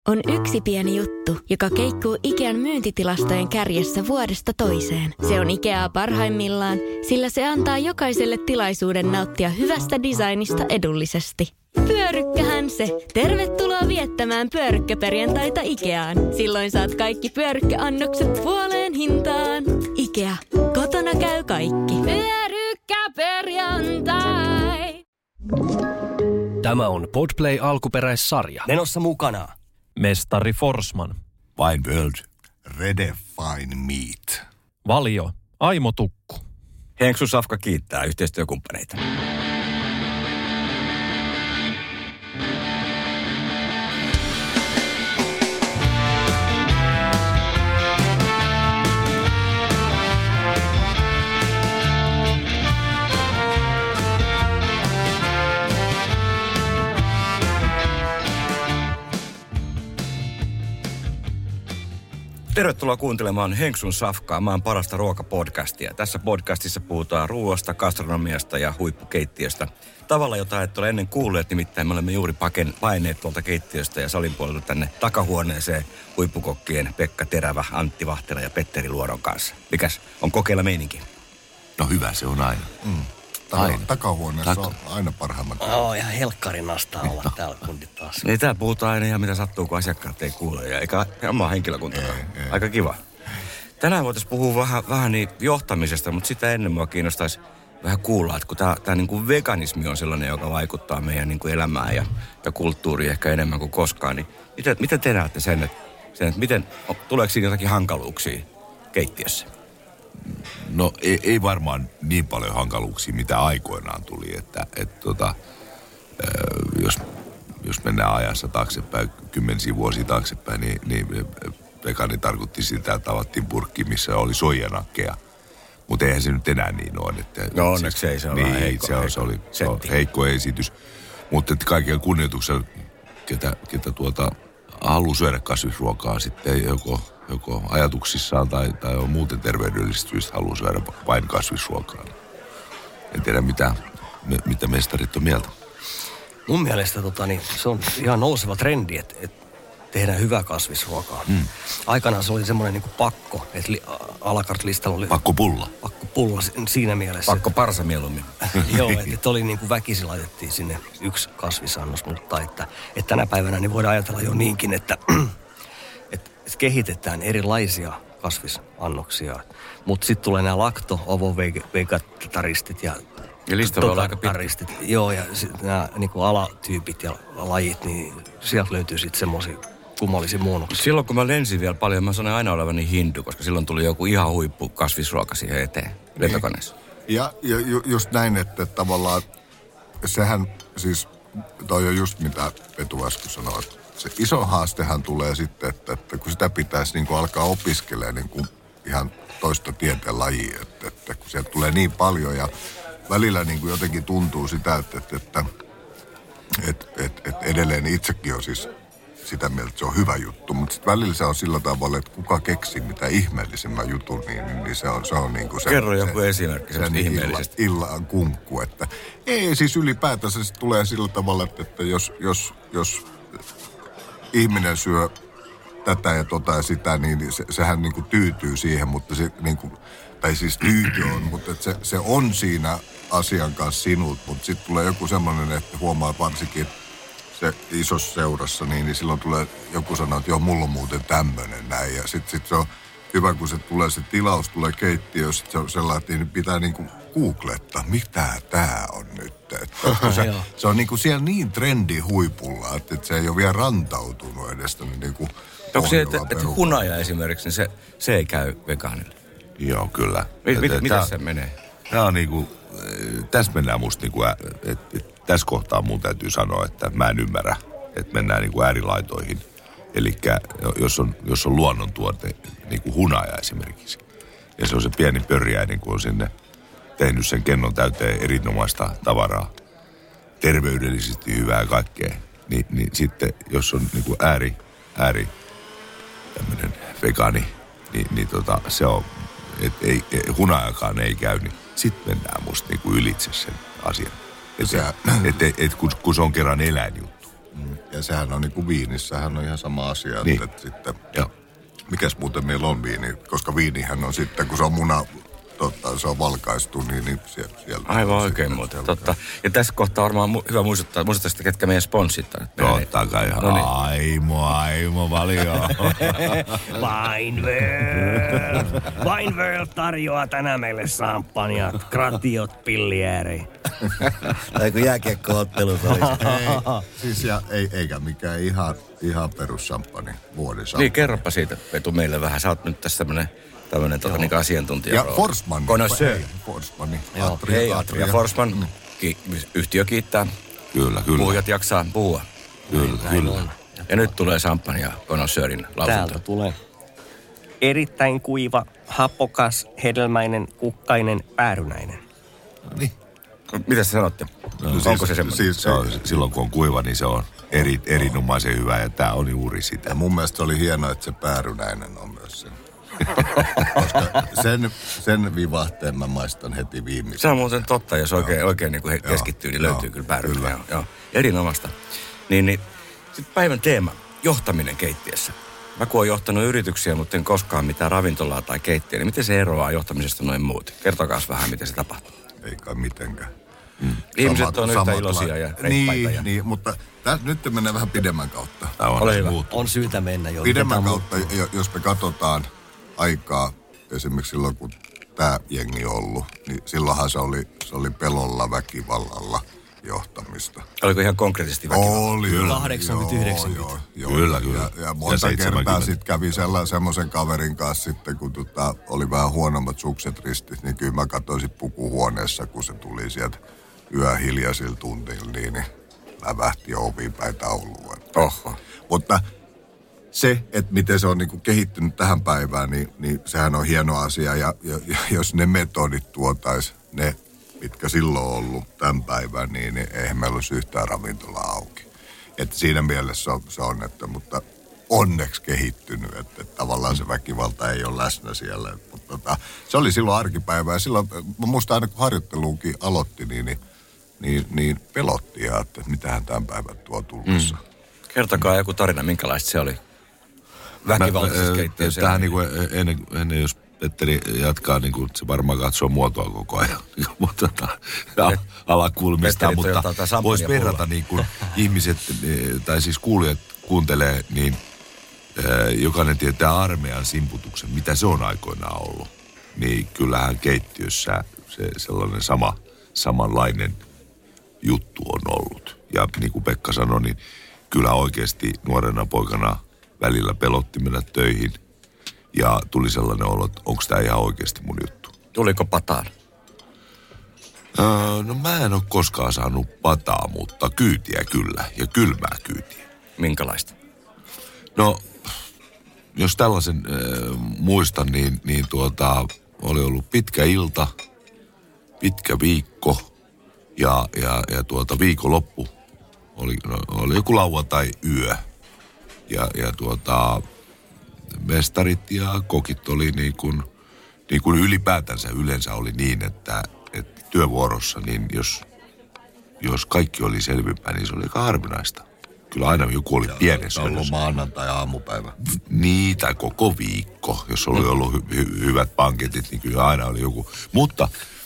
On yksi pieni juttu, joka keikkuu Ikean myyntitilastojen kärjessä vuodesta toiseen. Se on Ikeaa parhaimmillaan, sillä se antaa jokaiselle tilaisuuden nauttia hyvästä designista edullisesti. Pyörykkähän se! Tervetuloa viettämään pyörykkäperjantaita Ikeaan. Silloin saat kaikki pyörykkäannokset puoleen hintaan. Ikea. Kotona käy kaikki. Pyörykkäperjantai! Tämä on Podplay alkuperäissarja. Menossa mukana Mestari Forsman. Wine World, Redefine Meat. Valio, Aimo Tukku. Henksu Safka kiittää yhteistyökumppaneita. Tervetuloa kuuntelemaan Henksun Safkaa, maan parasta ruokapodcastia. Tässä podcastissa puhutaan ruoasta, gastronomiasta ja huippukeittiöstä. Tavalla, jota et ole ennen kuulleet, nimittäin me olemme juuri paineet tuolta keittiöstä ja salin puolelta tänne takahuoneeseen huippukokkien Pekka Terävä, Antti Vahtera ja Petteri Luodon kanssa. Mikäs on kokeilla meininki? No hyvä se on aina. Takahuoneessa on aina parhaimmat. Ihan helkkarin nastaa olla täällä kundit taas. Niin täällä puhutaan aina ihan mitä sattuu, kun asiakkaat ei kuule. Ja eikä omaa henkilökuntakaan. Aika kiva. Tänään voitaisiin puhua vähän niin johtamisesta, mutta sitä ennen mua kiinnostaisi vähän kuulla, että kun tämä niin kuin veganismi on sellainen, joka vaikuttaa meidän niin kuin elämään ja kulttuuriin ehkä enemmän kuin koskaan, niin miten te näette sen, että tuleeko siinä jotakin hankaluuksia keittiössä? No ei varmaan niin paljon hankaluuksia, mitä aikoinaan tuli, että jos mennään ajassa taaksepäin, 10 vuosia taaksepäin, niin vegani tarkoitti sitä, että avattiin purkki, missä oli soijanakkeja. Mutta eihän se nyt enää niin ole. No onneksi ei, se on vähän heikko. Se oli heikko esitys. Mutta kaikilla kunnioituksella, ketä haluaa syödä kasvisruokaa sitten joko ajatuksissaan tai on muuten terveydellisistä syistä haluaa syödä vain kasvisruokaa. En tiedä, mitä mestarit on mieltä. Mun mielestä se on ihan nouseva trendi, että tehdään hyvää kasvisruokaa. Aikanaan se oli semmoinen niin kuin pakko, että à la carte -listalla oli... Pakkopulla. Pakkopulla siinä mielessä. Pakko parsa mieluummin. Joo, että oli niin kuin väkisin laitettiin sinne yksi kasvisannos, mutta että tänä päivänä niin voidaan ajatella jo niinkin, että kehitetään erilaisia kasvisannoksia. Mutta sitten tulee nämä lakto-ovo-vegetaristit ja lista on aika pitkä. Joo, ja nämä niinku alatyypit ja lajit, niin sieltä löytyy sitten semmoisia kummallisia muunnoksia. Silloin kun mä lensin vielä paljon, mä sanoin aina olevani hindu, koska silloin tuli joku ihan huippu kasvisruoka siihen eteen lentokoneessa. Ja just näin, että tavallaan sehän siis, toi on just mitä Petu äsken sanoi, että se iso haastehan tulee sitten, että kun sitä pitäisi niin kuin alkaa opiskelemaan niin kuin ihan toista tieteenlajia, että kun sieltä tulee niin paljon ja välillä niin kuin jotenkin tuntuu sitä, että edelleen itsekin on siis sitä mieltä, että se on hyvä juttu, mutta sitten välillä se on sillä tavalla, että kuka keksii mitä ihmeellisemmän jutun, niin se on niin kuin se... Kerro joku esimerkki semmoista ihmeellisestä. Illan kunkku, että ei siis ylipäätänsä se tulee sillä tavalla, että jos ihminen syö tätä ja ja sitä, niin sehän niin kuin tyytyy siihen, mutta se niin kuin, tai siis tyyty on, mutta että se on siinä asian kanssa sinut, mutta sitten tulee joku semmoinen, että huomaa varsinkin se isossa seurassa, niin silloin tulee joku sanoo, että joo, mulla on muuten tämmöinen näin, ja sitten se on hyvä, kun se tilaus tulee keittiöön, sitten se on sellainen, että niin pitää niinku googlettaa, mitä tää on nyt. Se on niinku siellä niin trendi huipulla, että se ei ole vielä rantautunut edes niinku. Onko se, että hunaja esimerkiksi, niin se ei käy vegaanille? Joo, kyllä. Miten se menee? Tämä on niinku, tässä mennään musta niinku, tässä kohtaa mun täytyy sanoa, että mä en ymmärrä, että mennään niinku äärilaitoihin. Elikkä jos on luonnontuote, niinku hunaja esimerkiksi, ja se on se pieni pörjäinen, kun on sinne tehnyt sen kennon täyteen erinomaista tavaraa, terveydellisesti hyvää kaikkea, niin sitten jos on niinku ääri tämmöinen vegaani, niin se on, hunajakaan ei käy, niin sitten mennään musta niinku ylitse sen asian. Kun se on kerran eläinjuttu. Ja sehän on niin kuin viinissähän on ihan sama asia, Niin. että sitten, mikäs muuten meillä on viini, koska viinihän on sitten, kun se on se on valkaistu, niin siellä. Aivan oikein muuten, totta. Ja tässä kohtaa varmaan hyvä muistuttaa sitä, ketkä meidän sponssit on. Totta kai. No niin. Aimo valio. Wine World tarjoaa tänään meille samppanjat, gratiot, pilliääri. Tai kun jääkiekko-ottelut olisi. Siis eikä mikään ihan perussamppani vuodessa. Niin, kerropa siitä, Petu, meille vähän. Sä oot nyt tässä tämmönen niin asiantuntija. Ja Forsman. Forsman. Atria Forsman. Yhtiö kiittää. Kyllä. Puhujat jaksaa puhua. Kyllä. Ja nyt tulee champagne ja connoisseurin lausunto. Täältä tulee. Erittäin kuiva, hapokas, hedelmäinen, kukkainen, päärynäinen. Niin. Mitä sä sanotte? Onko se semmoinen? Silloin kun on kuiva, niin se on erinomaisen hyvä ja tää on juuri sitä. Ja mun mielestä oli hienoa, että se päärynäinen on myös sen. Koska sen vivahteen mä maistan heti viimeisen. Se on muuten totta, jos oikein niin kuin keskittyy, niin löytyy kyllä päärynä. Joo. Erinomaista. Niin, sitten päivän teema, johtaminen keittiössä. Mä kun oon johtanut yrityksiä, mutta en koskaan mitään ravintolaa tai keittiöä, niin miten se eroaa johtamisesta noin muut? Kertokaa vähän, miten se tapahtuu. Ei kai mitenkään. Ihmiset on yhtä iloisia ja reippaita. Niin, mutta nyt mennään vähän pidemmän kautta. Ole hyvä. On syytä mennä jo. Pidemmän kautta, jos me katsotaan aikaa, esimerkiksi silloin kun tämä jengi on ollut, niin silloinhan se oli pelolla, väkivallalla johtamista. Oliko ihan konkreettisesti väkivaltaa? Oli. 80-90. Kyllä. Ja monta kertaa sitten kävi semmoisen kaverin kanssa sitten, kun oli vähän huonommat sukset ristit, niin kyllä mä katsoin sit pukuhuoneessa, kun se tuli sieltä yöhiljaisilla tunteilla, niin lävähti oviin päin tauluun. Oho. Mutta se, että miten se on niinku kehittynyt tähän päivään, niin sehän on hieno asia. Ja jos ne metodit tuotais, ne mitkä silloin on ollut tämän päivän, niin eihän meillä olisi yhtään ravintolaa auki. Että siinä mielessä se on, mutta onneksi kehittynyt, että tavallaan se väkivalta ei ole läsnä siellä. Mutta se oli silloin arkipäivää. Silloin, mä muistan aina kun harjoitteluunkin aloitti, niin pelotti ja että mitähän tämän päivän tuo tullessa. Kertokaa joku tarina, minkälaista se oli väkivaltaisessa keittiössä. Tähän niin kuin ennen jos Petteri jatkaa, niin kuin se varmaan katsoo muotoa koko ajan, mutta alakulmista, mutta voisi verrata niin kuin ihmiset, tai siis kuulijat kuuntelee, niin jokainen tietää armeijan simputuksen, mitä se on aikoinaan ollut. Niin kyllähän keittiössä se sellainen samanlainen juttu on ollut. Ja niin kuin Pekka sanoi, niin kyllä oikeasti nuorena poikana välillä pelotti mennä töihin. Ja tuli sellainen olo, että onko tämä ihan oikeasti mun juttu. Tuliko pataan? No mä en ole koskaan saanut pataa, mutta kyytiä kyllä. Ja kylmää kyytiä. Minkälaista? No, jos tällaisen muistan, niin oli ollut pitkä ilta, pitkä viikko ja viikonloppu. Oli joku lauantai yö. Ja mestarit ja kokit oli niin kuin ylipäätänsä yleensä oli niin, että työvuorossa, niin jos kaikki oli selvinpäin, niin se oli aika harvinaista. Kyllä aina joku oli pienessä. Ollut maanantai-aamupäivä. Niin, tai koko viikko. Jos oli ollut hyvät panketit, niin kyllä aina oli joku. Mutta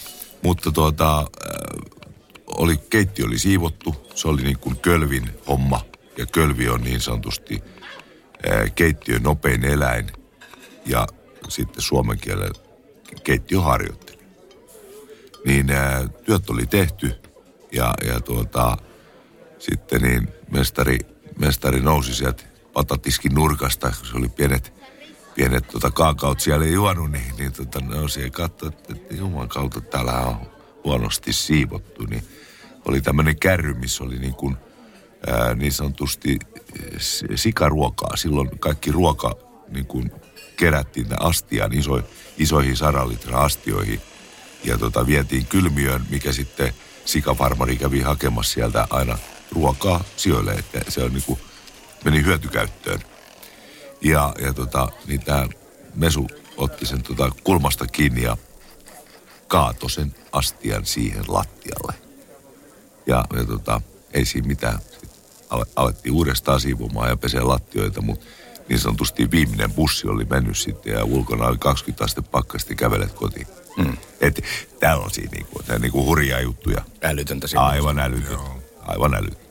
keittiö oli siivottu. Se oli niin kuin kölvin homma. Ja kölvi on niin sanotusti keittiön nopein eläin. Ja sitten suomen kielellä keittiöharjoittelu. Niin työt oli tehty. Ja sitten niin mestari nousi sieltä patatiskin nurkasta, kun se oli pienet kaakaut siellä juonut, niin nousi ja katsoi, että juman kautta täällä on huonosti siivottu. Niin oli tämmöinen kärry, missä oli niin sanotusti sikaruokaa. Silloin kaikki ruoka niin kuin kerättiin astiaan isoihin 100 litran astioihin ja vietiin kylmiöön, mikä sitten sikafarmari kävi hakemassa sieltä aina ruokaa sijoille, että se on niinku, meni hyötykäyttöön. Niin tämä mesu otti sen kulmasta kiinni ja kaatoi sen astian siihen lattialle. Ja ei siinä mitään. alettiin uudestaan siivomaan ja pesee lattioita, mutta niin sanotusti viimeinen bussi oli mennyt sitten ja ulkona oli 20 astetta pakkasta, kävelet kotiin. Että tällaisia niinku hurjaa juttuja. Älytöntä siinä. Aivan älytöntä. Aivan älytöntä.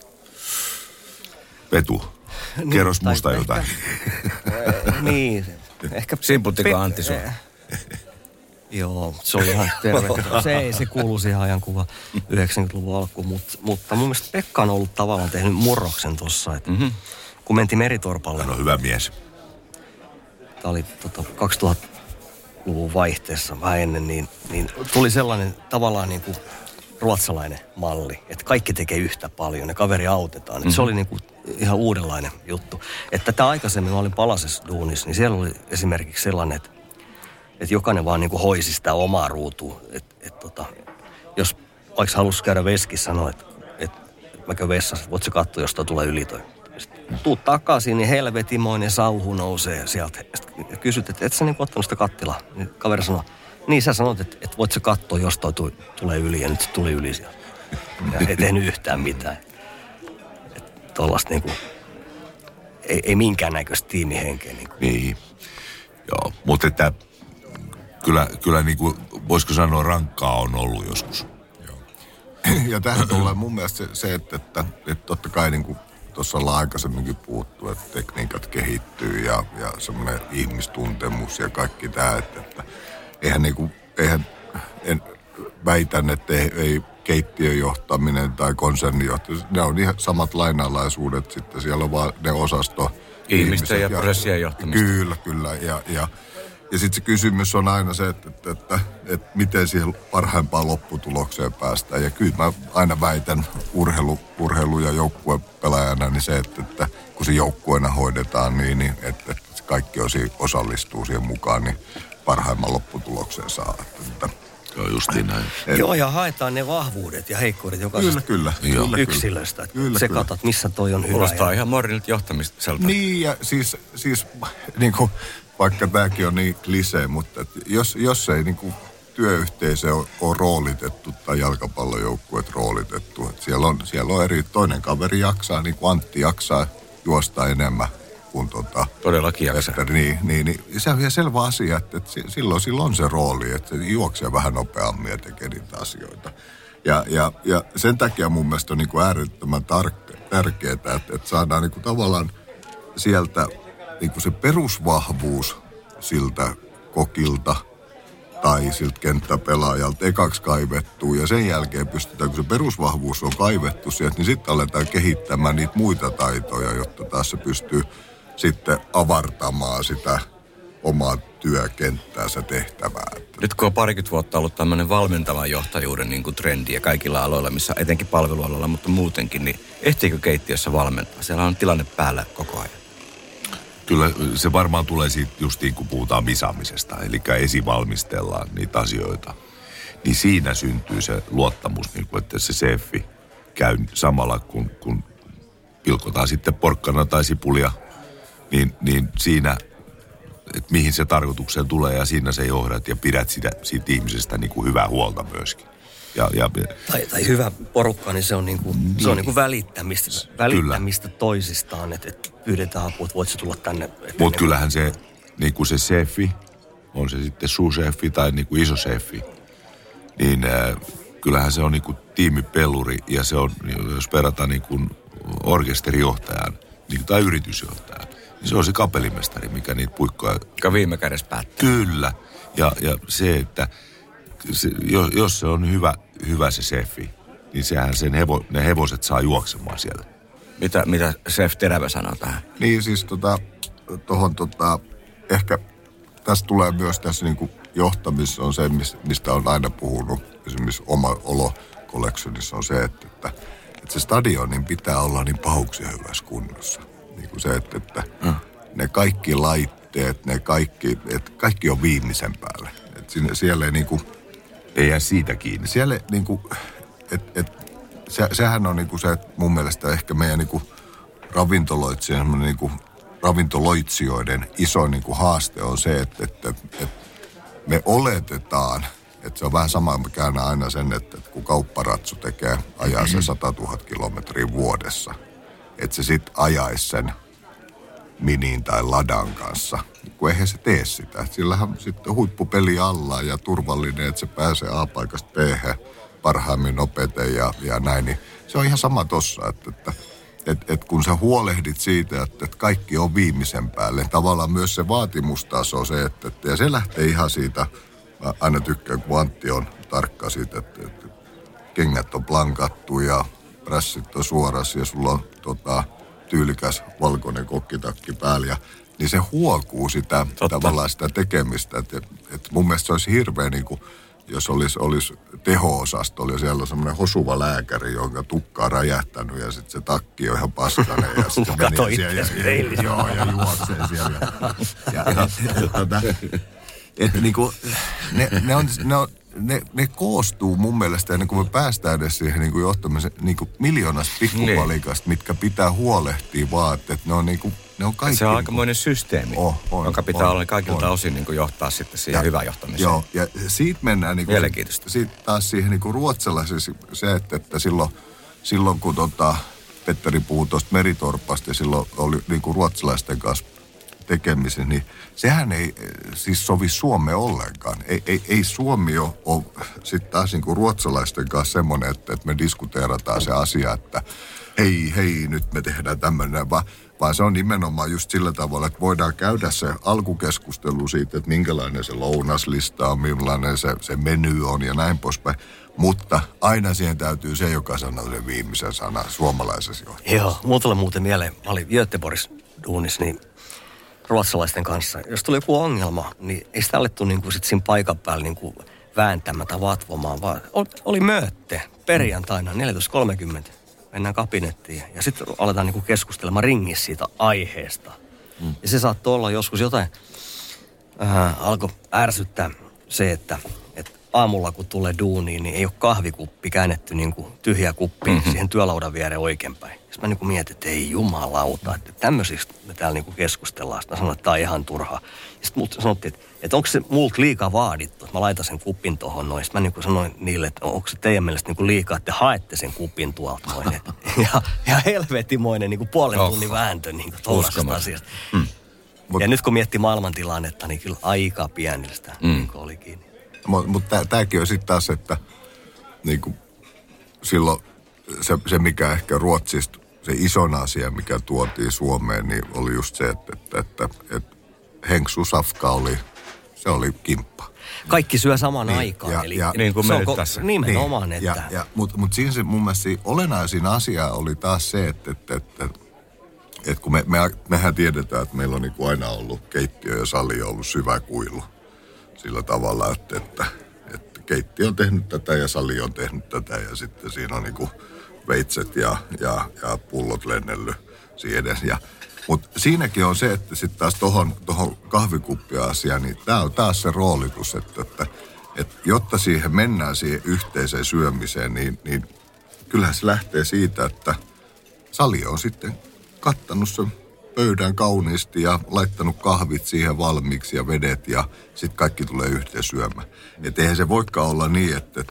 Petu, kerros musta jotain. Niin, ehkä... Simputtiko Antti sua? Joo, se oli ihan terve. Se kuuluu siihen ajankuvaan 90-luvun alkuun, mutta mun mielestä Pekka on ollut tavallaan tehnyt murroksen tossa, että kun mentiin Meritorpalle. Hän on hyvä mies. Tämä oli 2000-luvun vaihteessa vähän ennen, niin tuli sellainen tavallaan niin kuin ruotsalainen malli, että kaikki tekee yhtä paljon ja kaveri autetaan. Se oli niin kuin ihan uudenlainen juttu. Että tätä aikaisemmin, mä olin Palasessa duunissa, niin siellä oli esimerkiksi sellainen, että jokainen vaan niin kuin hoisi sitä omaa ruutua. Jos vaikka halusi käydä veskissä, sanoi, että mä käyn vessassa, voit sä katsoa, jos toi tulee yli toi. Tuu takaisin, niin helvetimoinen sauhu nousee sieltä. Sitten kysyt, että et sä niin ottanut sitä kattilaa. Niin kaveri sanoi, niin sä sanot, että voit sä katsoa, jos toi tulee yli. Ja nyt se tuli yli sieltä. Ja ei tehnyt yhtään mitään. Tuollaista niinku, ei minkäännäköistä tiimihenkeä. Niin, joo, mutta että kyllä niinku, voisiko sanoa rankkaa on ollut joskus. Joo. Ja tähän tulee mun mielestä se että totta kai niinku tuossa ollaan aikaisemminkin puhuttu, että tekniikat kehittyy ja semmoinen ihmistuntemus ja kaikki tämä, että en väitän, että ei keittiöjohtaminen tai konsernijohtaminen, ne on ihan samat lainalaisuudet sitten, siellä on vaan ne osasto. Ihmisten ja prosessien johtamista. Kyllä. Ja sitten se kysymys on aina se, että miten siihen parhaimpaan lopputulokseen päästään. Ja kyllä mä aina väitän urheilu- ja joukkuepelaajana niin se, että kun se joukkueena hoidetaan niin että kaikki osallistuu siihen mukaan, niin parhaimman lopputulokseen saa. Joo, justiin näin. Joo, ja haetaan ne vahvuudet ja heikkoudet jokaisesta yksilöstä. Kyllä, katsot, missä toi on hyvä. Kuulostaa ihan moraalilta johtamiselta. Niin, ja siis niin kuin, vaikka tämäkin on niin klisee, mutta jos ei niin kuin työyhteisö on roolitettu tai jalkapallojoukkueet roolitettu, että siellä on eri, toinen kaveri jaksaa, niin kuin Antti jaksaa juosta enemmän kuin todellakin jaksaa. Niin, se on ihan selvä asia, että silloin on se rooli, että se juoksee vähän nopeammin ja tekee niitä asioita. Ja sen takia mun mielestä on niin kuin äärettömän tärkeää, että saadaan niin kuin tavallaan sieltä niin kuin se perusvahvuus siltä kokilta tai siltä kenttäpelaajalta ekaksi kaivettuu ja sen jälkeen pystytään, kun se perusvahvuus on kaivettu sieltä, niin sitten aletaan kehittämään niitä muita taitoja, jotta taas se pystyy sitten avartamaan sitä omaa työkenttäänsä tehtävää. Nyt kun on parikymmentä vuotta ollut tämmöinen valmentavan johtajuuden niin kuin trendi ja kaikilla aloilla, missä etenkin palvelualoilla, mutta muutenkin, niin ehtiikö keittiössä valmentaa? Siellä on tilanne päällä koko ajan. Kyllä se varmaan tulee siitä justiin, kun puhutaan visaamisesta, eli esivalmistellaan niitä asioita. Niin siinä syntyy se luottamus, että se seefi käy samalla, kun pilkotaan sitten porkkana tai sipulia, niin siinä, että mihin se tarkoitukseen tulee ja siinä se johdat ja pidät siitä ihmisestä niin kuin hyvää huolta myöskin. Tai hyvä porukka, niin se on niinku välittämistä toisistaan, että pyydetään apua, että voit sä tulla tänne. Mutta kyllähän se, niinku se sefi, on se sitten sous-sefi tai niinku iso sefi, niin kyllähän se on niinku tiimipeluri ja se on, jos verrataan niinku orkesterijohtajan tai yritysjohtajan, niin se on se kapellimestari, mikä niitä puikkoja... Joka viime kädessä päättää. Kyllä. Ja se, että jos se on hyvä se sefi, niin sehän ne hevoset saa juoksemaan siellä. Mitä Chef Terävä sanoo tähän? Niin siis ehkä tässä tulee myös tässä niinku johtamisessa on se, mistä on aina puhunut, esimerkiksi oma olo collectionissa on se, että se stadionin pitää olla niin pahuksia hyvässä kunnossa. Niin kuin se, että ne kaikki laitteet, kaikki on viimeisen päälle. Että siellä ei niinku... Ei jää siitä kiinni. Siellä niinku, sehän on niinku se, että mun mielestä ehkä meidän niinku ravintoloitsijoiden iso niinku haaste on se, että me oletetaan, että se on vähän sama, mä käännän aina sen, että kun kaupparatsu ajaa se 100 000 kilometriä vuodessa, että se sit ajaisi sen Miniin tai Ladan kanssa. Kun eihän se tee sitä. Sillähän sitten huippupeli alla ja turvallinen, että se pääsee A-paikasta B-hän parhaimmin nopeiten ja näin. Niin se on ihan sama tossa, että kun sä huolehdit siitä, että kaikki on viimeisen päälle. Tavallaan myös se vaatimustaso se, että ja se lähtee ihan siitä, mä aina tykkään, kun Antti on tarkka siitä, että kengät on blankattu ja prässit on suorassa ja sulla on tyylikäs valkoinen kokkitakki päällä. Niin se huokuu sitä tavallaan sitä tekemistä. Että mun mielestä se olisi hirveä niin kuin, jos olisi teho-osasto, ja siellä on semmoinen hosuva lääkäri, jonka tukka on räjähtänyt ja sitten se takki on ihan paskainen. Ja sitten se menee siellä ja juoksee siellä. Että niinku, ne koostuu mun mielestä, ennen kuin me päästään edes siihen niinku johtamisen niinku miljoonasta pikkupalikasta, mitkä pitää huolehtia vaan, että ne on niinku, ne on kaikki. Se on aikamoinen systeemi, jonka pitää olla kaikilta osin niinku johtaa sitten siihen hyvään johtamiseen. Joo, ja siitä mennään niinku, siitä taas siihen niinku ruotsalaisessa se, että silloin kun Petteri puhui tuosta Meritorpasta ja silloin oli niinku ruotsalaisten kanssa tekemisen, niin sehän ei siis sovi Suomeen ollenkaan. Ei Suomi ole sitten taas niin kuin ruotsalaisten kanssa semmoinen, että me diskuteerataan se asia, että hei, nyt me tehdään tämmöinen, vaan se on nimenomaan just sillä tavalla, että voidaan käydä se alkukeskustelu siitä, että minkälainen se lounaslista on, millainen se meny on ja näin poispäin. Mutta aina siihen täytyy se, joka sanoo sen viimeisen sanan suomalaisessa johtamisessa. Joo, mulla muuten mieleen, mä olin Göteborgissa duunissa, niin ruotsalaisten kanssa. Jos tuli joku ongelma, niin ei sitä alettu niinku sit siinä paikan päällä niinku vääntämään tai vatvomaan, vaan oli möötte perjantaina 14.30. Mennään kabinettiin ja sitten aletaan niinku keskustelemaan ringissä siitä aiheesta. Ja se saattoi olla joskus jotain, alkoi ärsyttää se, että aamulla kun tulee duuniin, niin ei ole kahvikuppi käännetty niinku tyhjä kuppiin siihen työlaudan viereen oikeinpäin. Sitten mä niinku mietin, että ei jumalauta, että tämmöisistä me täällä niinku keskustellaan. Sitten mä sanoin, että tää on ihan turhaa. Ja sitten multa sanottiin, että onko se multa liikaa vaadittu, että mä laitan sen kupin tohon noin. Sitten mä niinku sanoin niille, että onko se teidän mielestä niinku liikaa, että te haette sen kupin tuolta noin. Ja helvetimoinen niinku puolen tunnin vääntö niinku tollaisesta asiasta. Ja nyt kun miettii maailmantilannetta, niin kyllä aika pienistä niinku oli kiinni. Mutta tämäkin on sitten taas, että niinku, silloin se, mikä ehkä Ruotsista, se ison asia, mikä tuotiin Suomeen, niin oli just se, että Henksu Safka oli kimppa. Kaikki syö saman aikaan, eli niin kuin me nyt tässä. Nimenomaan, niin, että... Mutta siinä se mun mielestä olennaisin asia oli taas se, että kun mehän tiedetään, että meillä on niin kuin aina ollut keittiö ja sali on ollut syvä kuilu. Sillä tavalla, että keittiö on tehnyt tätä ja sali on tehnyt tätä ja sitten siinä on niinku veitset ja pullot lennellyt siihen edes. Mutta siinäkin on se, että sitten taas tohon kahvikuppiasiaan, niin tämä on taas se roolitus, että jotta siihen mennään siihen yhteiseen syömiseen, niin kyllähän se lähtee siitä, että sali on sitten kattanut sen pöydän kauniisti ja laittanut kahvit siihen valmiiksi ja vedet ja sitten kaikki tulee yhteen syömään. Että eihän se voikaan olla niin, että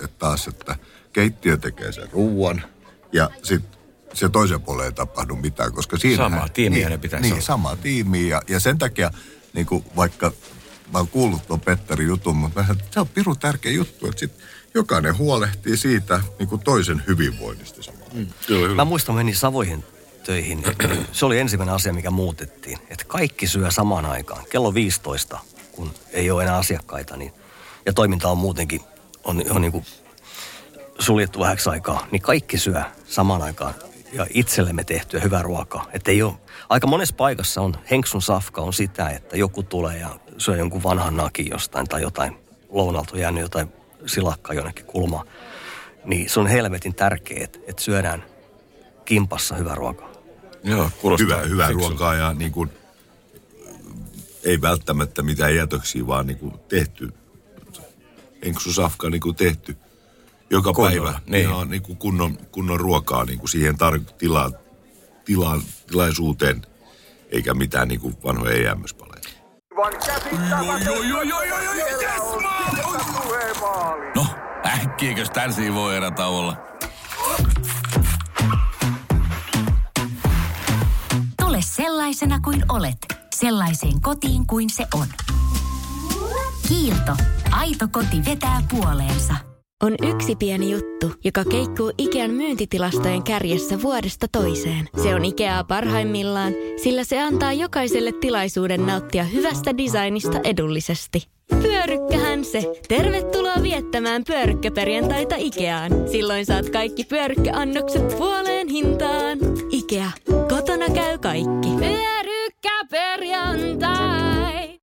keittiö tekee sen ruuan ja sitten se toisen puolella ei tapahdu mitään, koska siinä... Samaa tiimiä ne pitäisi olla. Samaa tiimiä ja sen takia, niin kuin vaikka mä oon kuullut tuon Petterin jutun, mutta se on pirun tärkeä juttu, että sitten jokainen huolehtii siitä niin kuin toisen hyvinvoinnista samalla. Mä muistan, menin Savoihin töihin. Se oli ensimmäinen asia, mikä muutettiin. Että kaikki syö samaan aikaan. Kello 15, kun ei ole enää asiakkaita. Niin, ja toiminta on muutenkin on niin kuin suljettu vähäksi aikaa. Niin kaikki syö samaan aikaan. Ja itsellemme tehtyä hyvää ruokaa. Että ei ole, aika monessa paikassa on Henksun Safka on sitä, että joku tulee ja syö jonkun vanhan nakin jostain tai jotain lounalta on jäänyt jotain silakkaa jonnekin kulmaan. Niin se on helvetin tärkeää, että syödään kimpassa hyvää ruokaa. Joo, kuulostaa hyvää ruokaa ja niin kuin, ei välttämättä mitään jätöksiä, vaan niin kuin tehty. Henksu Safka niin kuin tehty joka päivä. Niin. Ihan niin kuin kunnon ruokaa niin kuin siihen tilaisuuteen, eikä mitään niin kuin vanhoja EMS-paleja. No, äkkiäkös tän voi erätä olla? sellaisena kuin olet, sellaiseen kotiin kuin se on. Kiilto. Aito koti vetää puoleensa. On yksi pieni juttu, joka keikkuu Ikean myyntitilastojen kärjessä vuodesta toiseen. Se on Ikeaa parhaimmillaan, sillä se antaa jokaiselle tilaisuuden nauttia hyvästä designista edullisesti. Pyörykkähän se! Tervetuloa viettämään pyörykkäperjantaita Ikeaan. Silloin saat kaikki pyörykkäannokset puoleen hintaan. Ikea. Kotona käy kaikki. Pyörykkäperjantai!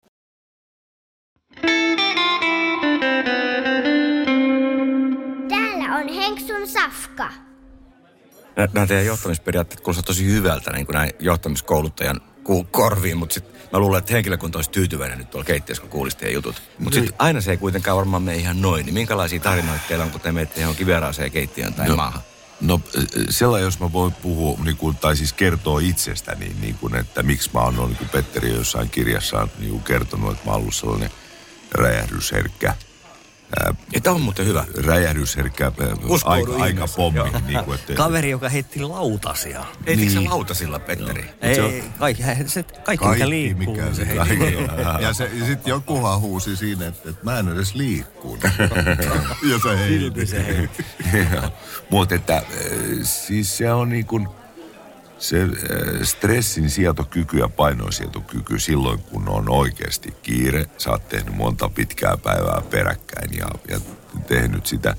Täällä on Henksun Safka. Nämä teidän johtamisperiaatteet kuulostaa tosi hyvältä niin kuin näin johtamiskouluttajan korviin, mutta sitten mä luulen, että henkilökunta olisi tyytyväinen nyt tuolla keittiössä, kun kuulisi teidän jutut. Mutta sitten aina se ei kuitenkaan varmaan mene ihan noin. Niin minkälaisia tarinoita teillä on, kun te menette johonkin vieraaseen keittiöön tai maahan? No sellainen, jos mä voin puhua, niin kuin, tai siis kertoa itsestäni, niin kuin, että miksi mä oon niin kuin Petteri jossain kirjassaan niin kuin kertonut, että mä oon ollut sellainen räjähdysherkkä. Tämä on muuten hyvä. Räjähdysherkkä aika pommi. Niin kuin, että, kaveri, joka heitti lautasia. Heitikö se lautasilla, Petteri? No. Ei, kaikki mikä liikkuu. Mikä se ja sitten jokuhan huusi siinä, että mä en edes liikkuu. Ja se heitti. Mutta että siis se on niin kuin se stressin sietokyky ja painonsietokyky silloin, kun on oikeasti kiire. Sä oot tehnyt monta pitkää päivää peräkkäin ja tehnyt sitä.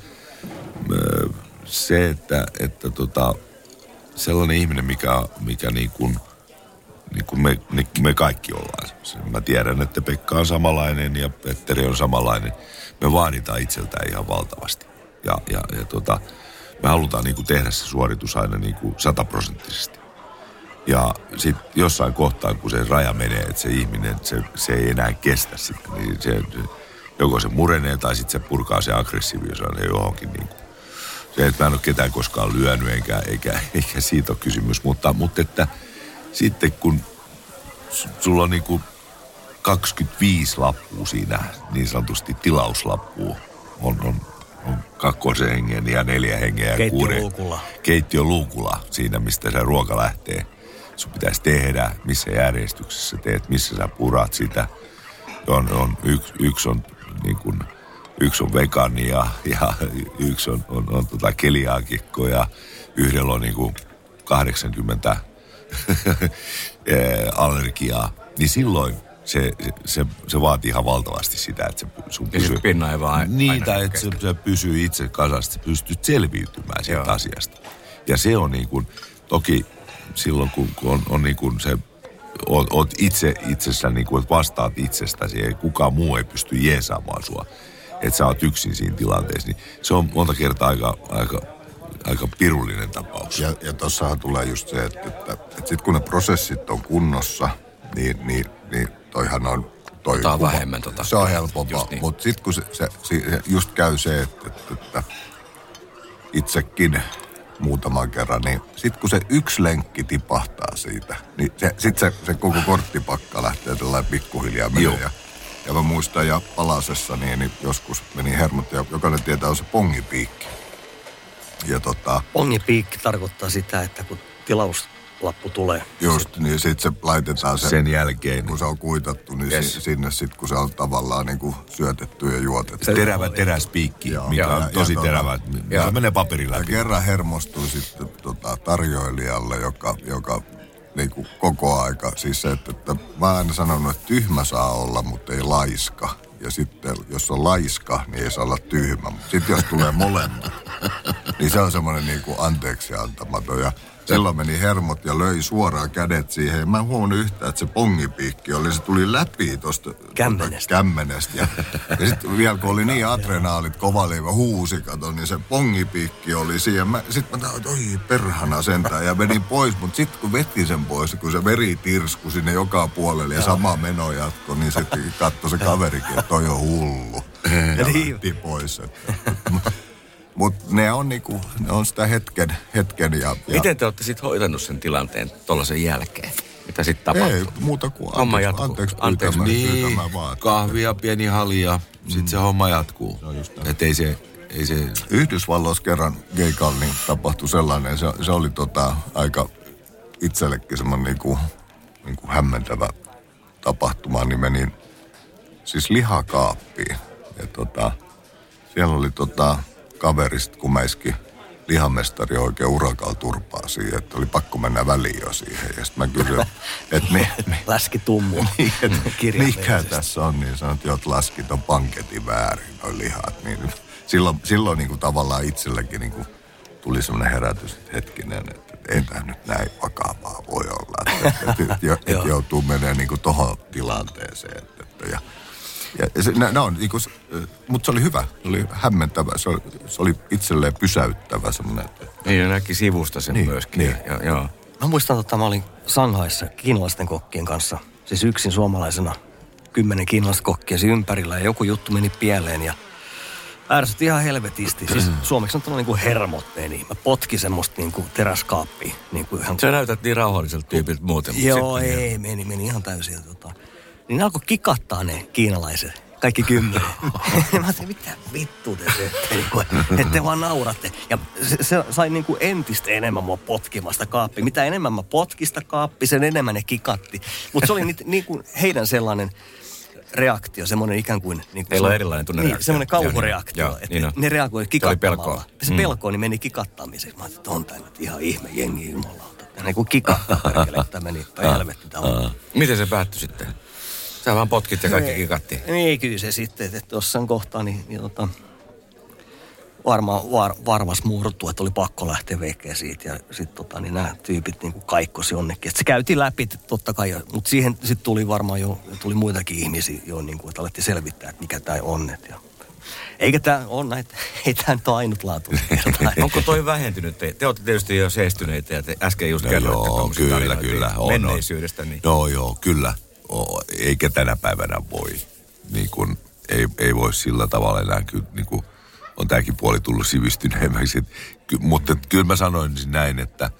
Se, että sellainen ihminen, mikä niin kuin me kaikki ollaan. Mä tiedän, että Pekka on samanlainen ja Petteri on samanlainen. Me vaaditaan itseltään ihan valtavasti. Ja me halutaan niin kuin tehdä se suoritus aina niin kuin 100%. Ja sitten jossain kohtaa, kun se raja menee, että se ihminen, se ei enää kestä sitä, niin joko se murenee tai sitten se purkaa se aggressiivisuus aina johonkin. Niin kuin. Se, että mä en ole ketään koskaan lyönyt, eikä siitä ole kysymys. Mutta että sitten kun sulla on niin kuin 25 lappua siinä, niin sanotusti tilauslappua, on 2 hengen ja 4 hengen ja 6 keittiöluukulla siinä, mistä se ruoka lähtee. Sun pitäisi tehdä, missä järjestyksessä teet, missä sä purat sitä. Yksi on vegani ja yksi on keliaakikko ja yhdellä on niin kuin 80 allergiaa. Niin silloin se vaatii ihan valtavasti sitä, että sun pysyy pinna ei vaan niin, tai että se pysyy itse kasassa, että pystyt selviytymään siitä asiasta. Ja se on niin kuin, toki silloin kun on niin kuin se, oot itsessä niin kuin, että vastaat itsestäsi, ja kukaan muu ei pysty jeesaamaan sua, että sä oot yksin siinä tilanteessa, niin se on monta kertaa aika pirullinen tapaus. Ja tossahan tulee just se, että sit kun ne prosessit on kunnossa, niin toihan on vähemmän se on helpompaa, niin. Mutta sitten kun se just käy se, että itsekin muutaman kerran, niin sitten kun se yksi lenkki tipahtaa siitä, niin sitten se koko korttipakka lähtee tällainen pikkuhiljaa menee. Ja mä muistan ja Palasessa niin joskus meni hermot, ja jokainen tietää on se pongipiikki. Ja pongipiikki tarkoittaa sitä, että kun tilauslappu tulee. Just, niin sitten se laitetaan sen jälkeen. Kun se on kuitattu, niin sinne sitten, kun se on tavallaan niin kuin syötetty ja juotettu. Terävä teräspiikki, mikä on tosi terävä. Se menee paperin läpi. Ja kerran hermostui sitten tarjoilijalle, joka niin kuin koko aika, siis se, että mä oon aina sanonut, että tyhmä saa olla, mutta ei laiska. Ja sitten, jos on laiska, niin ei saa olla tyhmä. Mutta sitten jos tulee molemmat, niin se on semmoinen niin kuin anteeksi antamaton. Ja silloin meni hermot ja löi suoraan kädet siihen. Ja mä huomannut yhtään, että se pongipiikki se tuli läpi tuosta kämmenestä. Ja sitten vielä kun oli niin adrenaalit, kovaliivä huusi, kato, niin se pongipiikki oli siinä. Sitten mä tajuin, että oi perhana sentään, ja menin pois. Mutta sitten kun veti sen pois, kun se veri tirskui sinne joka puolelle ja sama meno jatkoi, niin sitten katsoi se kaverikin, että toi on hullu. Ja lähti pois. Mutta ne on sitä hetken ja... Miten te olette sitten hoitanut sen tilanteen tollaisen jälkeen? Mitä sitten tapahtuu? Ei muuta kuin homma jatkuu. Anteeksi niin, kahvia, pieni halja, sitten se homma jatkuu. Että ei se... Yhdysvalloissa kerran keikalla niin tapahtui sellainen, se oli aika itsellekin semmoinen niinku niin kuin hämmentävä tapahtuma, niin menin siis lihakaappiin. Ja siellä oli kaverista kumeiskin lihamestari oikein urakalla turpaa siihen, että oli pakko mennä väliin jo siihen. Ja sitten mä kysyin, että Läski tummu. mikä tässä on, niin sanoin, että laskit on panketin väärin, noi lihat. Niin silloin niin kuin tavallaan itselläkin niin kuin tuli semmoinen herätys, että hetkinen, että ei tämä nyt näin vakavaa voi olla. Että joutuu menemään niin kuin tohon tilanteeseen. Mutta se oli hyvä, se oli hämmentävä, se oli itselleen pysäyttävä semmoinen. Niin, näki sivusta sen myöskin. Niin. Joo. Mä muistan, mä olin Shanghaissa kiinalaisten kokkien kanssa, siis yksin suomalaisena 10 kiinalaista kokkia ympärillä ja joku juttu meni pieleen ja ärsytti ihan helvetisti. Siis suomeksi on tuolla niinku hermot meni. Mä potkin semmoista niinku teräskaappia. Niinku ihan... Sä näytät niin rauhalliselta tyypiltä muuten. Joo, ei, meni ihan täysin. Niin alkoi kikattaa ne kiinalaiset. Kaikki 10. Mä ajattelin, mitä vittu te teette, että vaan nauratte. Ja se sai niinku entistä enemmän mua potkimasta kaappia. Mitä enemmän mä potkista kaappi, sen enemmän ne kikatti. Mutta se oli niinku heidän sellainen reaktio, semmoinen ikään kuin... Heillä on erilainen tunnereaktio. Niin, semmoinen kauhureaktio. Että ne reagoi kikattamalla. Se pelko niin meni kikattamiseksi. Mä ajattelin, että on tämä nyt ihan ihme jengi jumalauta. Ja niin kuin kikattaa perkele, että meni toi helvetti tämä. Miten se päättyi sitten? Sä vaan potkit ja kaikki kikattiin. Niin, kyllä se sitten, että jossain kohtaa varmas murtuu, että oli pakko lähteä vekeä siitä. Ja sitten niin nämä tyypit niin kaikkosi jonnekin. Että se käytiin läpi, totta kai, mutta siihen sitten tuli varmaan tuli muitakin ihmisiä jo, niin kuin, että alettiin selvittää, että mikä tämä on. Eikä tämä ole näitä, ei tämä nyt ole ainutlaatuinen. Onko toi vähentynyt? Te olette tietysti jo seistyneitä ja te äsken just kerroitte kyllä. Menneisyydestä. Niin. Joo, kyllä. Eikä tänä päivänä voi. Niin kun, ei voi sillä tavalla enää, niin kun, on tämäkin puoli tullut sivistyneemmäksi. Mutta kyllä mä sanoin näin, että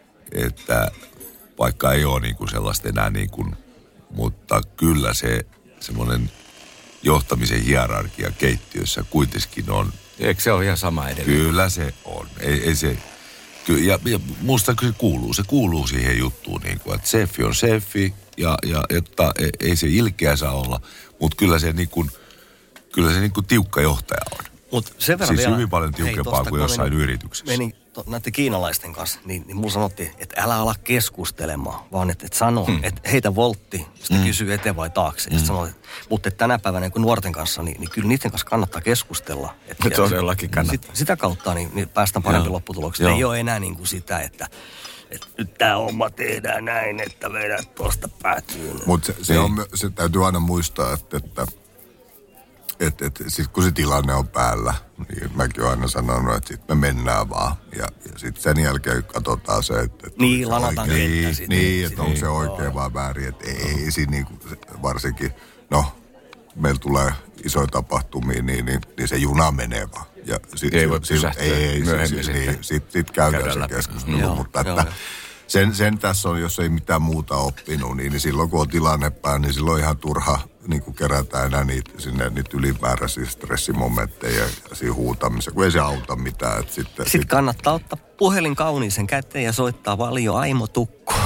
vaikka ei ole niin kuin sellaista enää, niin kuin, mutta kyllä se semmoinen johtamisen hierarkia keittiössä kuitenkin on. Eikö se ole ihan sama edelleen? Kyllä se on. Ei se... Ja musta se kuuluu siihen juttuun, niin kuin, että sefi on sefi, ja että ei se ilkeä saa olla, mutta kyllä se niin kuin tiukka johtaja on. Mut sen verran siis vielä, hyvin paljon tiukempaa kuin jossain yrityksessä. Menin näiden kiinalaisten kanssa, niin mulla sanottiin, että älä ala keskustelemaan, vaan että sano, että heitä voltti, sitten kysyy eteen vai taakse. Ja sanoin, mutta tänä päivänä kun nuorten kanssa, niin kyllä niiden kanssa kannattaa keskustella. Todellakin kannattaa. Sitä kautta niin päästään parempi lopputulokseen. Ei ole enää niin kuin sitä, että nyt tämä homma tehdään näin, että vedät tuosta päätyy. Mutta se täytyy aina muistaa, että sit kun se tilanne on päällä, niin mäkin olen aina sanonut, että sitten me mennään vaan. Ja sitten sen jälkeen katsotaan se, että niin, lanataan kenttä sitten. Niin, että onko se oikein vai väärin. Että ei siinä niinku, varsinkin, meillä tulee isoja tapahtumia, niin se juna menee vaan. Ja ei voi pysähtyä myöhemmin sitten. Sitten käydään se keskustelu, mutta että... Sen tässä on, jos ei mitään muuta oppinut, niin silloin kun on tilanne päällä, niin silloin ihan turha niin kerätä enää niitä ylimääräisiä stressimomentteja ja siinä huutamissa, kun ei se auta mitään. Sitten kannattaa ottaa puhelin kauniisen käteen ja soittaa Valio Aimo Tukkoon.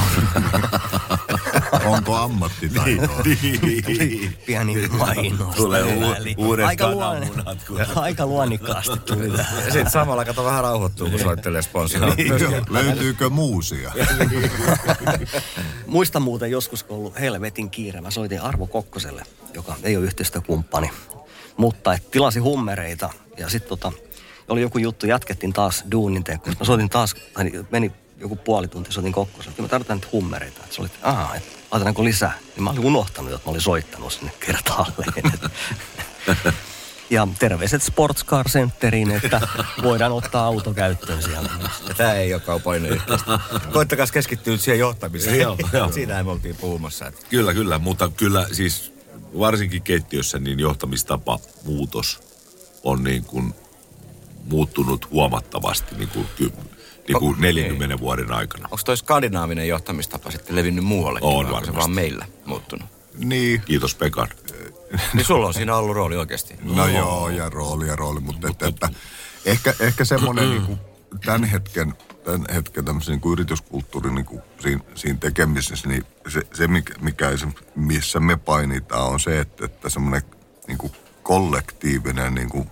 Onko ammattitaitoa? Niin. Pieni mainos. Tulee uudet kananmunat. Aika luonnikkaasti tuli tähän. Ja sitten samalla kato vähän rauhoittuu, kun soittelee sponsoria. Löytyykö muusia? Muistan muuten joskus, kun ollut helvetin kiire. Mä soitin Arvo Kokkoselle, joka ei ole yhteistyökumppani. Mutta tilasi hummereita ja sitten oli joku juttu, jatkettiin taas duunin tekoa. Mä soitin taas, meni joku puoli tuntia, soitin Kokkoselle. Mä tarvitaan nyt hummereita. Se oli, että laitetaanko lisää? Niin mä olin unohtanut, että mä olin soittanut sinne kertaalleen. Ja terveiset Sports Car Centeriin, että voidaan ottaa auto käyttöön siellä. Tämä ei ole kaupallinen yhteistyö. Koittakaa keskittyä siihen johtamiseen. Joo. Siinähän me oltiin puhumassa. Kyllä, mutta kyllä siis varsinkin keittiössä niin johtamistapa muutos on niin kuin muuttunut huomattavasti niin kuin 40 vuoden aikana. Onko toi skandinaavinen johtamistapa sitten levinnyt muuallekin? On varmasti. Se vaan meillä muuttunut? Niin. Kiitos Pekan. Niin sulla on siinä ollut rooli oikeasti. No joo, ja rooli, mutta että ehkä semmoinen niin kuin tämän hetken tämän hetken tämmöisen niin yrityskulttuurin niin siinä tekemisessä, niin se missä me painitaan, on se, että semmoinen niin kollektiivinen, niin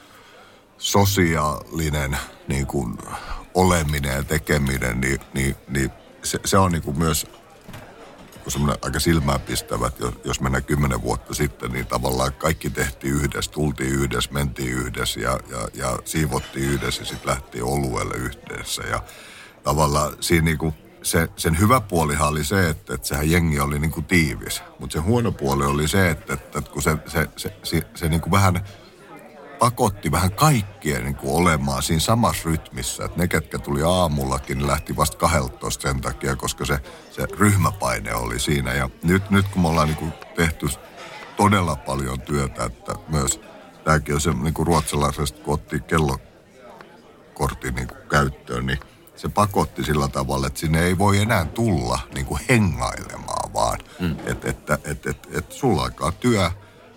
sosiaalinen niin oleminen ja tekeminen, niin se on niin myös semmoinen aika silmäänpistävä, että jos mennään 10 vuotta sitten, niin tavallaan kaikki tehtiin yhdessä, tultiin yhdessä, mentiin yhdessä ja siivottiin yhdessä ja sitten lähtiin oluelle yhdessä. Ja tavallaan siinä niinku sen hyvä puolihan oli se, että sehän jengi oli niinku tiivis, mutta se huono puoli oli se, että kun se niinku vähän pakotti vähän kaikkien niin kuin olemaan siinä samassa rytmissä. Että ne, ketkä tuli aamullakin, lähti vasta 12 sen takia, koska se ryhmäpaine oli siinä. Ja nyt kun me ollaan niin kuin tehty todella paljon työtä, että myös tämäkin on se niin kuin ruotsalaisesta, kun otti kellokortin niin kuin käyttöön, niin se pakotti sillä tavalla, että sinne ei voi enää tulla niin kuin hengailemaan vaan. Että sulla alkaa työ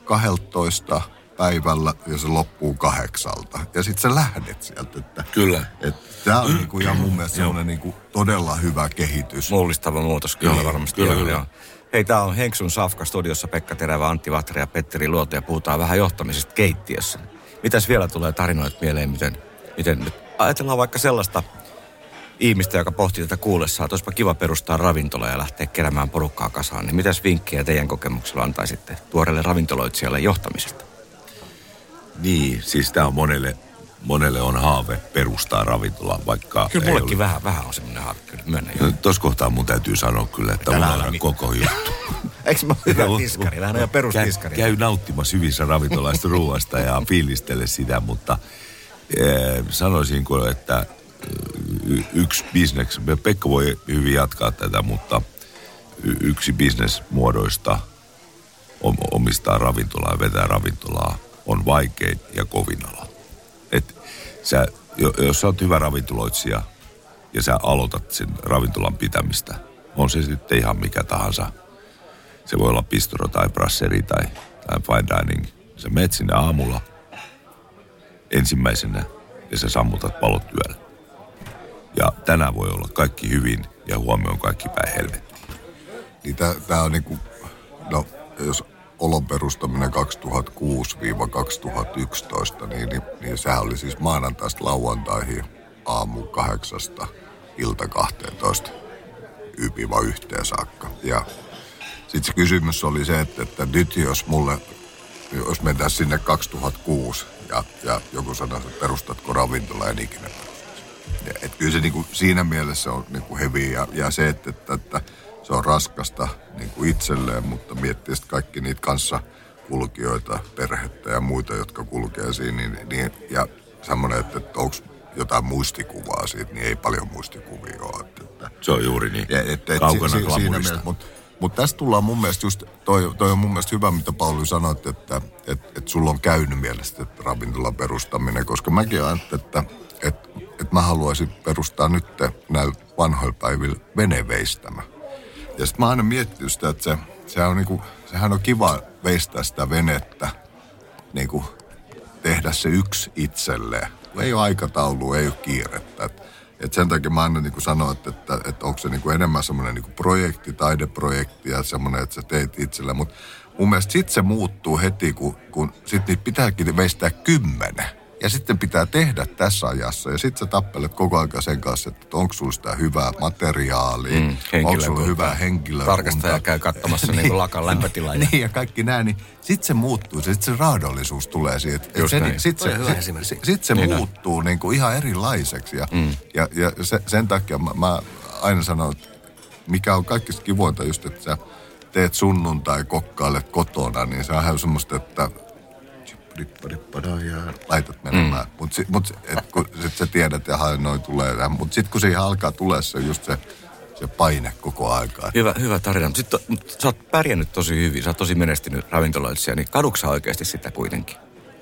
12 päivällä ja se loppuu 8. Ja sit sä lähdet sieltä. Kyllä. Tää on niinku ihan mun mielestä semmonen niinku todella hyvä kehitys. Mullistava muutos, kyllä varmasti. Kyllä. Hei, tää on Henksun Safka studiossa, Pekka Terävä, Antti Vahtra ja Petteri Luoto, ja puhutaan vähän johtamisesta keittiössä. Mitäs vielä tulee tarinoita mieleen, miten nyt ajatellaan vaikka sellaista ihmistä, joka pohtii tätä kuullessaan, että olisipa kiva perustaa ravintola ja lähteä keräämään porukkaa kasaan, niin mitäs vinkkejä teidän kokemuksella antaisitte tuoreelle ravintoloitsijalle johtamisesta? Niin, siis tämä on monelle on haave perustaa ravintola, vaikka kyllä mullekin vähän on semmoinen haave, kyllä myönnän. No, tuossa kohtaa mun täytyy sanoa kyllä, että unohdan koko juttu. Eikö mä ole hyvä tiskari? Lähdä jo perustiskari. Käy nauttimassa hyvissä ravintolaista ruuasta ja fiilistele sitä, mutta sanoisinko, että yksi bisnes, Pekka voi hyvin jatkaa tätä, mutta yksi bisnesmuodoista omistaa ravintolaa ja vetää ravintolaa on vaikein ja kovin ala. Jos sä oot hyvä ravintoloitsija ja sä aloitat sen ravintolan pitämistä, on se sitten ihan mikä tahansa. Se voi olla bistro tai brasseri tai fine dining. Sä menet sinne aamulla ensimmäisenä ja sä sammutat valot yöllä. Ja tänään voi olla kaikki hyvin ja huomenna on kaikki päin helvettiin. Niin tää on niinku, no jos olon perustaminen 2006-2011, niin sehän oli siis maanantaista lauantaihin aamu 8 ilta 12 1 saakka. Ja sitten se kysymys oli se, että nyt jos mennään sinne 2006 ja joku sanoo, että perustatko ravintola, en ikinä perustaisi. Että kyllä se niinku siinä mielessä on niinku heavy ja se, että se on raskasta niinku itselleen, mutta miettii sitten kaikki niitä kanssakulkijoita, perhettä ja muita, jotka kulkee siinä. Niin, ja semmoinen, että onko jotain muistikuvaa siitä, niin ei paljon muistikuvia ole. Että se on juuri niin. Kaukana glamurista. Mutta tässä tullaan mun mielestä just, toi on mun mielestä hyvä, mitä Pauli sanoit, että sulla on käynyt mielestä että ravintolan perustaminen, koska mäkin ajattelin, että mä haluaisin perustaa nyt näillä vanhoilla päivillä veneveistämä. Ja sitten mä aina miettinyt sitä, että sehän on kiva veistää sitä venettä, niinku tehdä se yksi itselleen. Ei ole aikataulua, ei ole kiirettä. Et sen takia mä aina niinku sanon, että onko se niinku enemmän semmoinen niinku projekti, taideprojekti ja semmoinen, että sä teet itselle. Mutta mun mielestä sit se muuttuu heti, kun sit niitä pitääkin veistää 10. Ja sitten pitää tehdä tässä ajassa. Ja sitten sä tappelet koko ajan sen kanssa, että onko sulla sitä hyvää materiaalia, onko sulla hyvää henkilökuntaa. Tarkastaja käy katsomassa niin lakan lämpötilaa. Niin ja kaikki nää, niin sitten se muuttuu. Sitten se raadollisuus tulee siitä. Sitten se muuttuu niin kuin ihan erilaiseksi. Ja sen takia mä aina sanon, että mikä on kaikista kivointa just, että sä teet sunnuntai kokkailet kotona, niin se on ihan semmoista, että ja laitat menemään. Mutta kun sit sä tiedät, ja noin tulee. Mutta sitten kun siihen alkaa tulee se just se paine koko aikaa. Hyvä tarina. Sitten sä oot pärjännyt tosi hyvin. Sä oot tosi menestynyt ravintoloitsija. Niin kaduksa oikeasti sitä kuitenkin?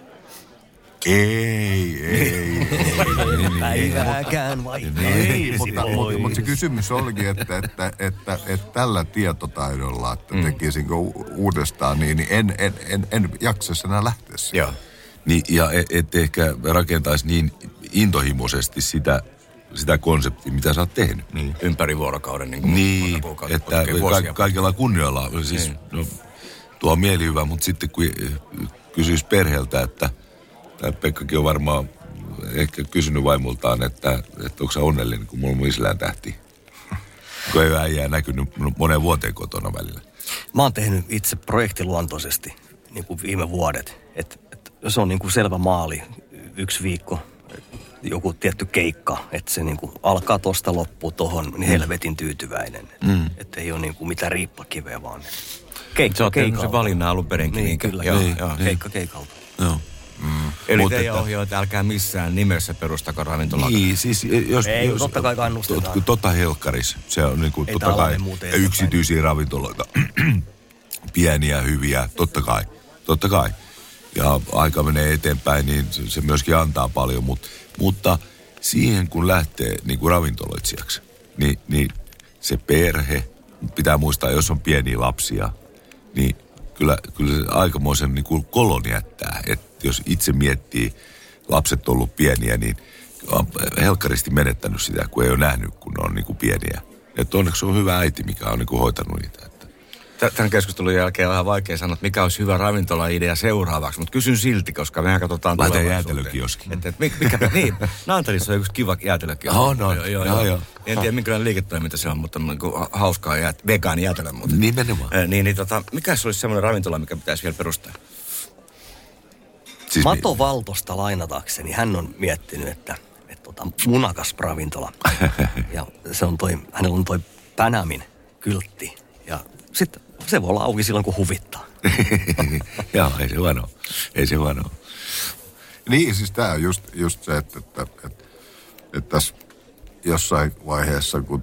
Ei. Päivääkään vai? Ei, mutta se kysymys olikin, että tällä tietotaidolla, että tekisinkö uudestaan, niin en jaksa enää lähteä siihen. Niin, ja et ehkä rakentaisi niin intohimoisesti sitä sitä konseptia, mitä sä oot tehnyt. Niin. Ympäri vuorokauden. Niin, että kaikella kunnialla. Siis, no, tuo on mielihyvä, mutta sitten kun kysyisi perheeltä, että Pekkakin on varmaan ehkä kysynyt vaimoltaan, että onko sä onnellinen, kun mulla on Islän tähti. Kun ei äijää näkynyt moneen vuoteen kotona välillä. Mä oon tehnyt itse projektiluontoisesti niin kuin viime vuodet. Et se on niin kuin selvä maali, 1 viikko, joku tietty keikka, että se niin kuin alkaa tosta loppuu tohon, niin helvetin tyytyväinen. Että ei ole niin kuin mitään riippakiveä, vaan keikka. Sä oot tehnyt sen valinnan alun perinkin. Niin, kyllä. Joo. Keikka keikalta. Joo. Eli teidän ohjaaja, älkää missään nimessä perustako ravintolaa. Niin, siis jos totta kai kannustetaan. Totta helkkaris. Se on niin kuin totta kai yksityisiä ravintoloita. Pieniä, hyviä, totta kai. Ja aika menee eteenpäin, niin se myöskin antaa paljon. Mutta siihen kun lähtee niin kuin ravintoloitsijaksi, niin se perhe, pitää muistaa, jos on pieniä lapsia, niin kyllä se aikamoisen niin kuin kolon jättää. Että jos itse miettii, lapset on ollut pieniä, niin on helkkaristi menettänyt sitä, kun ei ole nähnyt, kun ne on niin kuin pieniä. Että onneksi on hyvä äiti, mikä on niin kuin hoitanut niitä. Tämän keskustelun jälkeen on vähän vaikea sanoa, että mikä olisi hyvä ravintola-idea seuraavaksi, mutta kysyn silti, koska mehän katsotaan tulevaisuuteen. Laita jäätelökioski. Niin, Naantalissa on yksi kiva jäätelökioski. Joo. En tiedä, minkälainen liiketoiminta se on, mutta hauskaa vegaani jäätelö. Nimenomaan. Mikä se olisi semmoinen ravintola, mikä pitäisi vielä perustaa? Siis Mato Valtosta lainatakseni, hän on miettinyt, että munakas ravintola. Ja hänellä on toi Panamin kyltti. Ja sitten se voi olla auki silloin, kun huvittaa. Joo, ei se huono. Niin, siis tää on just se, että tässä jossain vaiheessa, kun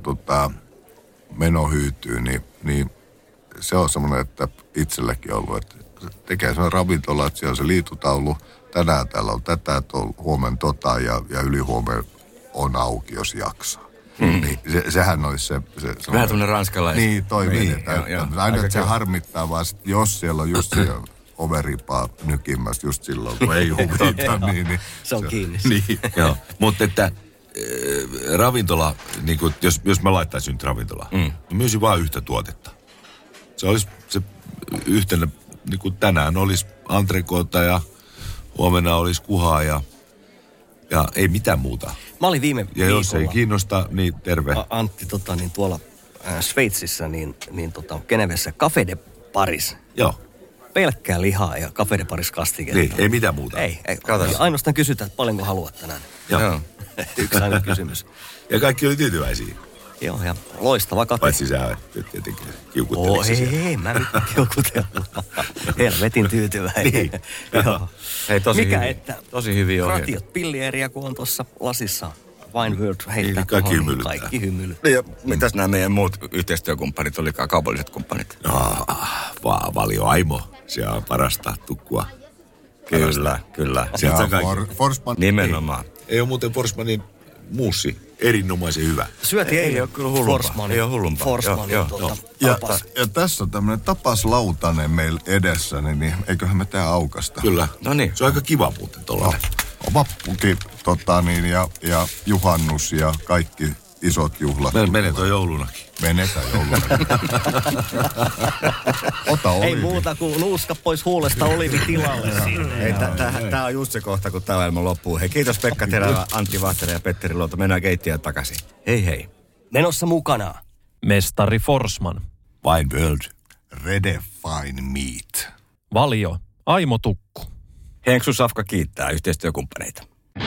meno hyytyy, niin se on semmoinen, että itselläkin on ollut, että tekee semmoinen ravintola, että siellä on se liitutaulu, tänään täällä on tätä, huomenna ja ylihuomenna on auki, jos jaksaa. Niin sehän olisi se vähän tämmöinen ranskalainen. Niin, toiminen. Aina, että se harmittaa vaan, sit, jos siellä on just se overipaa nykimässä just silloin, kun ei huvita. niin se on kiinni. Niin, joo. Mutta että ravintola, niin kuin, jos mä laittaisin nyt ravintolaa, niin myisin vaan yhtä tuotetta. Se olisi se yhtenä, niin kuin tänään olisi entrecoota ja huomenna olisi kuhaa ja ei mitään muuta. Mä olin viime viikolla. Ja jos ei kiinnosta, niin terve. Antti tuolla Sveitsissä, Genevessä Café de Paris. Joo. Pelkkää lihaa ja Café de Paris kastiketta. Niin, ei mitään muuta. Ei. Ainoastaan kysytään, että paljonko haluat tänään. Joo. Yksi aina kysymys. Ja kaikki oli tyytyväisiä. Joo, ja loistava kate. Paitsi sä tietenkin kiukuttelit. Ei, mä nyt kiukutellut. Helvetin tyytyväinen. Niin. Joo. Hei, tosi mikä, hyvin. että tosi hyvin ohjeita. Ratiot pillieria, kun on tuossa lasissa. Wine World heittää niin, kaikki hymyilyttää. Kaikki hymyilyt. Ja mitäs nämä meidän muut yhteistyökumppanit olikaan, kaupalliset kumppanit? Valio Aimo. Se on parasta tukkua. Kyllä. Se on Forsman. Nimenomaan. Ei ole muuten Forsmanin muussi. Erinomaisen hyvä. Syötiin ei ole kyllä hullumpaa. Ei ole hullumpaa. Ja tässä on tämmöinen tapaslautanen meillä edessä, niin eiköhän me tää aukasta. Kyllä. No niin. Se on aika kiva muuten tollainen. Vappukin ja juhannus ja kaikki isot juhlat. Menetään joulunakin. Menetään joulunakin. Ota olivi. Ei muuta kuin nuuska pois huulesta olivi tilalle sinne. Tää on just se kohta, kun tää maailma loppuu. Hei, kiitos Pekka Terälä, Antti Vahtera ja Petteri Luoto. Mennään keittiöön takaisin. Hei. Menossa mukana Mestari Forsman. Wine World. Redefine Meat. Valio Aimo Tukku. Henksun Safka kiittää yhteistyökumppaneita.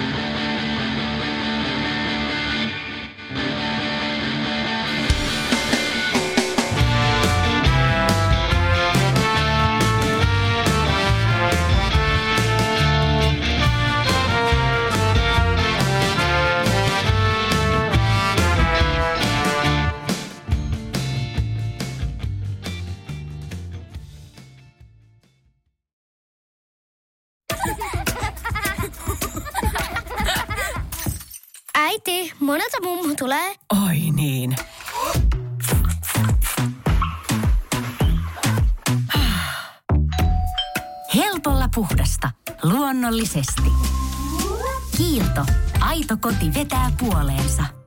Äiti, monelta mummu tulee? Oi niin. Helpolla puhdasta. Luonnollisesti. Kiilto. Aito koti vetää puoleensa.